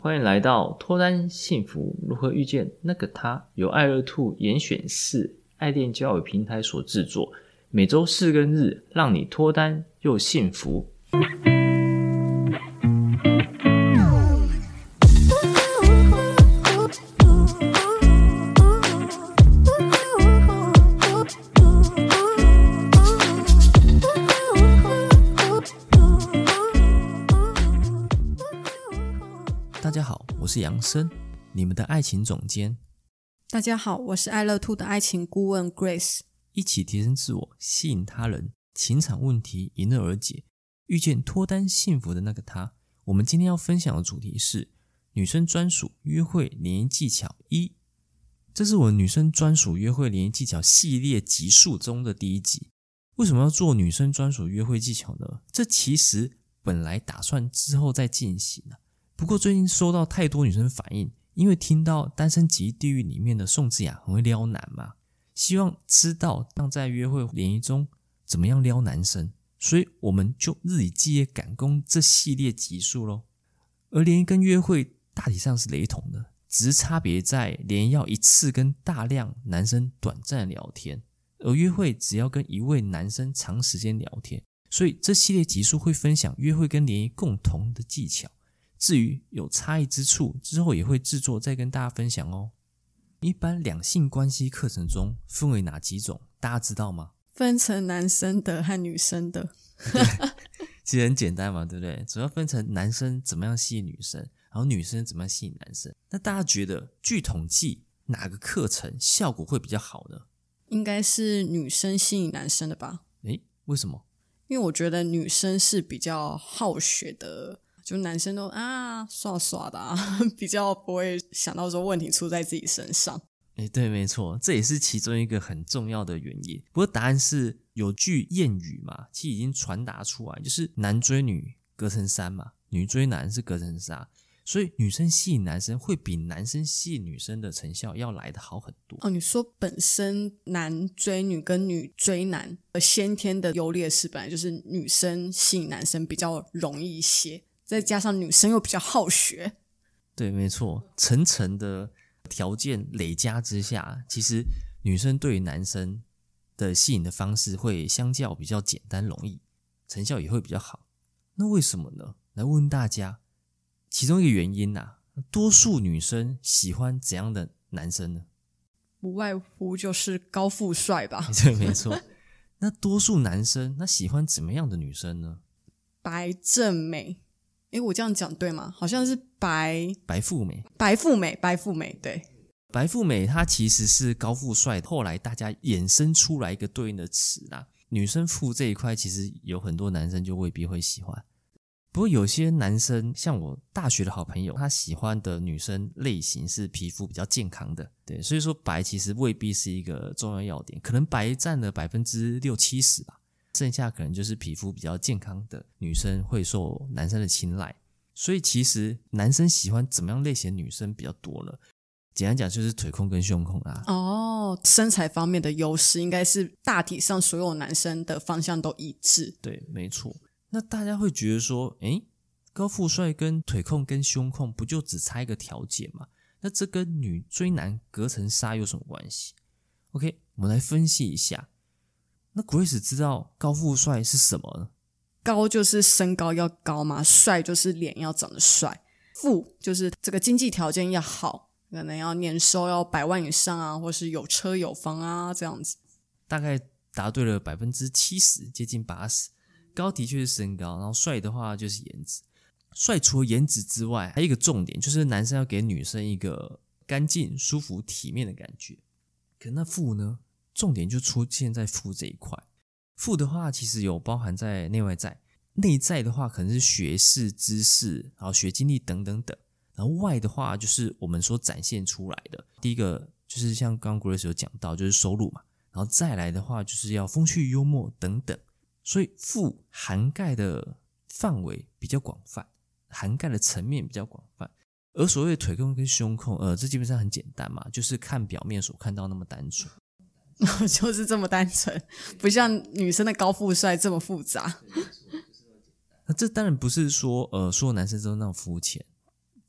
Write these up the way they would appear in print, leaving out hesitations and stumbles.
欢迎来到脱单幸福如何遇见那个他，由爱乐兔严选4爱恋交友平台所制作，每周4跟日让你脱单又幸福。大家好，我是杨生，你们的爱情总监。 大家好，我是爱乐兔的爱情顾问 Grace。 一起提升自我，吸引他人，情场问题迎刃而解，遇见脱单幸福的那个他。我们今天要分享的主题是女生专属约会联谊技巧1。这是我女生专属约会联谊技巧系列集数中的第1集。为什么要做女生专属约会技巧呢？这其实本来打算之后再进行的，不过最近收到太多女生反映，因为听到《单身即地狱》里面的宋智雅很会撩男嘛，希望知道让在约会联谊中怎么样撩男生，所以我们就日以继夜赶工这系列集数咯。而联谊跟约会大体上是雷同的，只是差别在联谊要一次跟大量男生短暂聊天，而约会只要跟一位男生长时间聊天，所以这系列集数会分享约会跟联谊共同的技巧，至于有差异之处，之后也会制作再跟大家分享哦。一般两性关系课程中分为哪几种，大家知道吗？ 分成男生的和女生的。 其实很简单嘛，对不对？主要分成男生怎么样吸引女生，然后女生怎么样吸引男生。那大家觉得据统计哪个课程效果会比较好呢？ 应该是女生吸引男生的吧？ 诶，为什么？ 因为我觉得女生是比较好学的，就男生都耍耍的比较不会想到说问题出在自己身上。 对，没错，这也是其中一个很重要的原因。不过答案是有句谚语嘛，其实已经传达出来，就是男追女隔层山嘛，女追男是隔层纱，所以女生吸引男生会比男生吸引女生的成效要来得好很多。 哦，你说本身男追女跟女追男先天的优劣势本来就是女生吸引男生比较容易一些，再加上女生又比较好学。 对，没错，层层的条件累加之下，其实女生对于男生的吸引的方式会相较比较简单容易，成效也会比较好。那为什么呢？来问大家，其中一个原因多数女生喜欢怎样的男生呢？ 不外乎就是高富帅吧。 对，没错。那多数男生那喜欢怎么样的女生呢？ 白正美。我这样讲对吗？好像是白富美，对。 白富美她其实是高富帅，后来大家衍生出来一个对应的词啦。女生富这一块其实有很多男生就未必会喜欢，不过有些男生像我大学的好朋友，他喜欢的女生类型是皮肤比较健康的，对，所以说白其实未必是一个重要要点，可能白占了60-70%吧，剩下可能就是皮肤比较健康的女生会受男生的青睐。所以其实男生喜欢怎么样类型的女生比较多呢？简单讲就是腿控跟胸控啦。 哦，身材方面的优势应该是大体上所有男生的方向都一致。 对，没错。那大家会觉得说，高富帅跟腿控跟胸控不就只差一个条件吗？那这跟女追男隔层纱有什么关系？ OK， 我们来分析一下。那 Grace 知道高富帅是什么呢？ 高就是身高要高嘛，帅就是脸要长得帅，富就是这个经济条件要好，可能要年收要100万以上啊，或是有车有房啊，这样子。 大概答对了70%，接近80%。高的确是身高，然后帅的话就是颜值。帅除了颜值之外，还有一个重点就是男生要给女生一个干净、舒服、体面的感觉。可那富呢？重点就出现在富这一块。富的话其实有包含在内外在，内在的话可能是学识、知识，然后学经历等等等，然后外的话就是我们所展现出来的。第一个就是像刚刚 Grace 有讲到，就是收入嘛，然后再来的话就是要风趣幽默等等。所以富涵盖的范围比较广泛，涵盖的层面比较广泛。而所谓的腿控跟胸控，这基本上很简单嘛，就是看表面所看到那么单纯。 就是这么单纯，不像女生的高富帅这么复杂。 那这当然不是说所有男生都那么肤浅，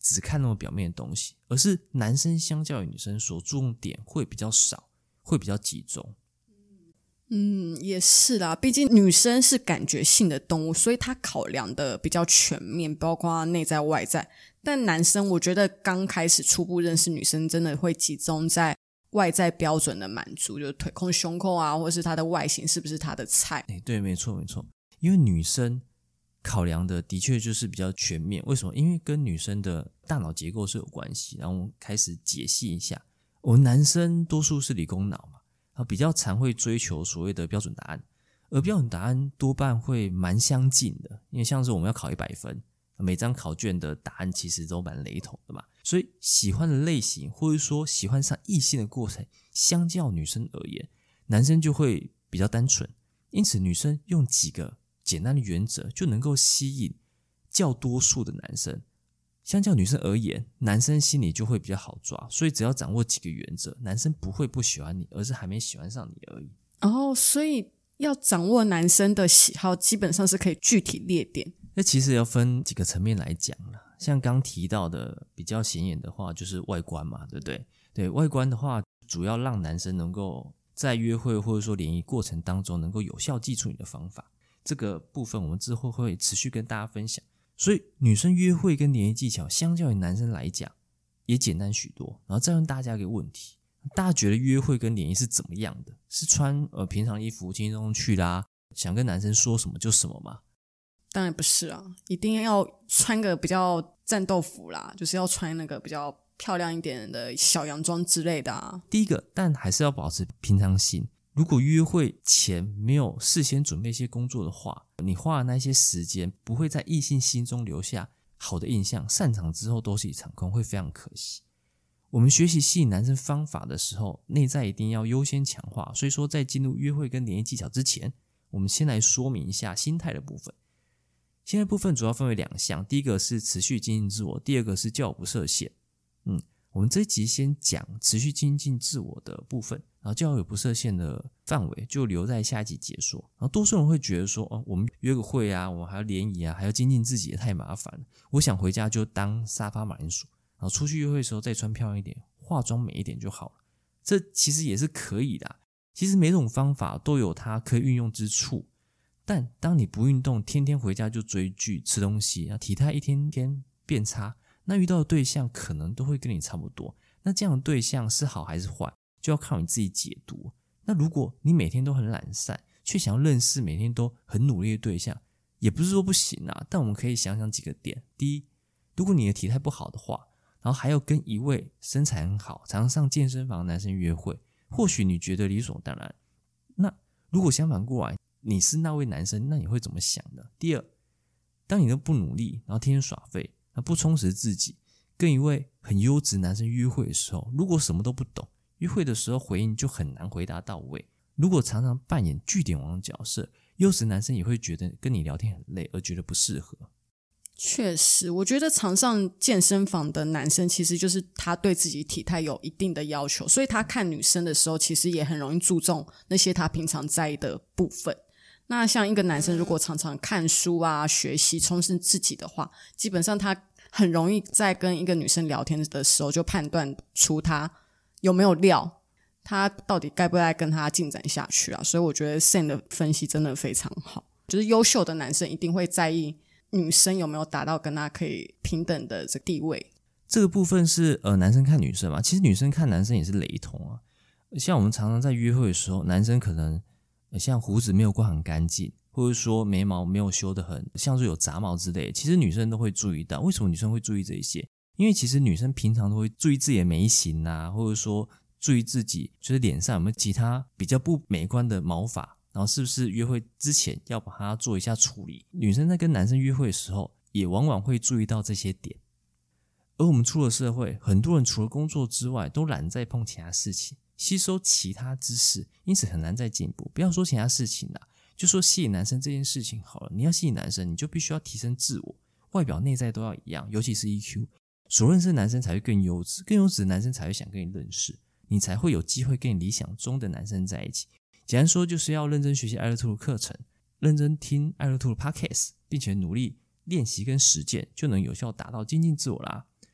只看那么表面的东西，而是男生相较于女生所注重点会比较少，会比较集中。 也是啦，毕竟女生是感觉性的动物，所以她考量的比较全面，包括内在外在。但男生我觉得刚开始初步认识女生，真的会集中在外在标准的满足，就是腿控胸控啊，或是她的外形是不是她的菜。 对，没错没错，因为女生考量的的确就是比较全面。为什么？因为跟女生的大脑结构是有关系。然后我们开始解析一下，我们男生多数是理工脑嘛，比较常会追求所谓的标准答案，而标准答案多半会蛮相近的，因为像是我们要考100分，每张考卷的答案其实都蛮雷同的嘛，所以喜欢的类型或者说喜欢上异性的过程，相较女生而言，男生就会比较单纯。因此女生用几个简单的原则就能够吸引较多数的男生，相较女生而言，男生心里就会比较好抓，所以只要掌握几个原则，男生不会不喜欢你，而是还没喜欢上你而已。 所以要掌握男生的喜好，基本上是可以具体列点。 那其实要分几个层面来讲啦，像刚提到的比较显眼的话，就是外观嘛，对不对？对，外观的话，主要让男生能够在约会或者说联谊过程当中能够有效记住你的方法。这个部分我们之后会持续跟大家分享。所以女生约会跟联谊技巧相较于男生来讲也简单许多。然后再问大家一个问题，大家觉得约会跟联谊是怎么样的？是穿平常衣服轻轻松松去啦，想跟男生说什么就什么吗？ 当然不是啊，一定要穿个比较战斗服啦，就是要穿那个比较漂亮一点的小洋装之类的啊。 第一个，但还是要保持平常心。如果约会前没有事先准备一些工作的话，你花的那些时间不会在异性心中留下好的印象，散场之后都是一场空，会非常可惜。我们学习吸引男生方法的时候，内在一定要优先强化。所以说在进入约会跟联谊技巧之前，我们先来说明一下心态的部分。心态部分主要分为2项，第一个是持续精进自我，第二个是交友不设限。我们这一集先讲持续精进自我的部分，然后交友不设限的范围就留在下一集解说。然后多数人会觉得说，我们约个会啊，我们还要联谊啊，还要精进自己，也太麻烦了。我想回家就当沙发马铃薯，然后出去约会的时候再穿漂亮一点，化妆美一点就好了。这其实也是可以的。其实每种方法都有它可以运用之处，但当你不运动，天天回家就追剧、吃东西，然后体态一天天变差，那遇到的对象可能都会跟你差不多。那这样的对象是好还是坏，就要靠你自己解读。那如果你每天都很懒散，却想要认识每天都很努力的对象，也不是说不行啊，但我们可以想想几个点。第一，如果你的体态不好的话，然后还要跟一位身材很好、常常上健身房的男生约会，或许你觉得理所当然。那如果相反过来，你是那位男生，那你会怎么想呢？第二，当你都不努力，然后天天耍废，不充实自己，跟一位很优质男生约会的时候，如果什么都不懂，约会的时候回应就很难回答到位。如果常常扮演句点王的角色，优质男生也会觉得跟你聊天很累，而觉得不适合。 确实，我觉得常上健身房的男生其实就是他对自己体态有一定的要求，所以他看女生的时候其实也很容易注重那些他平常在意的部分。那像一个男生如果常常看书啊、学习、充实自己的话，基本上他很容易在跟一个女生聊天的时候就判断出他有没有料，他到底该不该跟他进展下去啊。所以我觉得 Sam 的分析真的非常好，就是优秀的男生一定会在意女生有没有达到跟他可以平等的这个地位。 这个部分是男生看女生嘛，其实女生看男生也是雷同啊。像我们常常在约会的时候，男生可能像胡子没有刮很干净，或者说眉毛没有修得很像是有杂毛之类的，其实女生都会注意到。为什么女生会注意这一些？因为其实女生平常都会注意自己的眉形啊，或者说注意自己就是脸上有没有其他比较不美观的毛发，然后是不是约会之前要把它做一下处理。女生在跟男生约会的时候也往往会注意到这些点。而我们出了社会，很多人除了工作之外都懒在碰其他事情，吸收其他知识，因此很难再进步。不要说其他事情啦，就说吸引男生这件事情好了，你要吸引男生，你就必须要提升自我，外表内在都要一样，尤其是 EQ。所认识的男生才会更优质，更优质的男生才会想跟你认识，你才会有机会跟你理想中的男生在一起。简单说，就是要认真学习爱乐 Two 的课程，认真听爱乐 Two 的 Podcast， 并且努力练习跟实践，就能有效达到精进自我啦。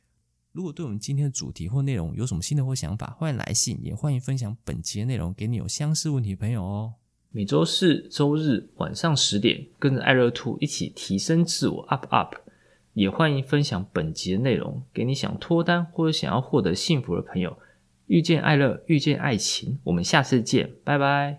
如果对我们今天的主题或内容有什么心得或想法，欢迎来信，也欢迎分享本集的内容给你有相似问题的朋友哦。 每周四、周日晚上10点，跟着爱乐兔一起提升自我 up。也欢迎分享本集的内容给你想脱单或者想要获得幸福的朋友。遇见爱乐，遇见爱情，我们下次见，拜拜。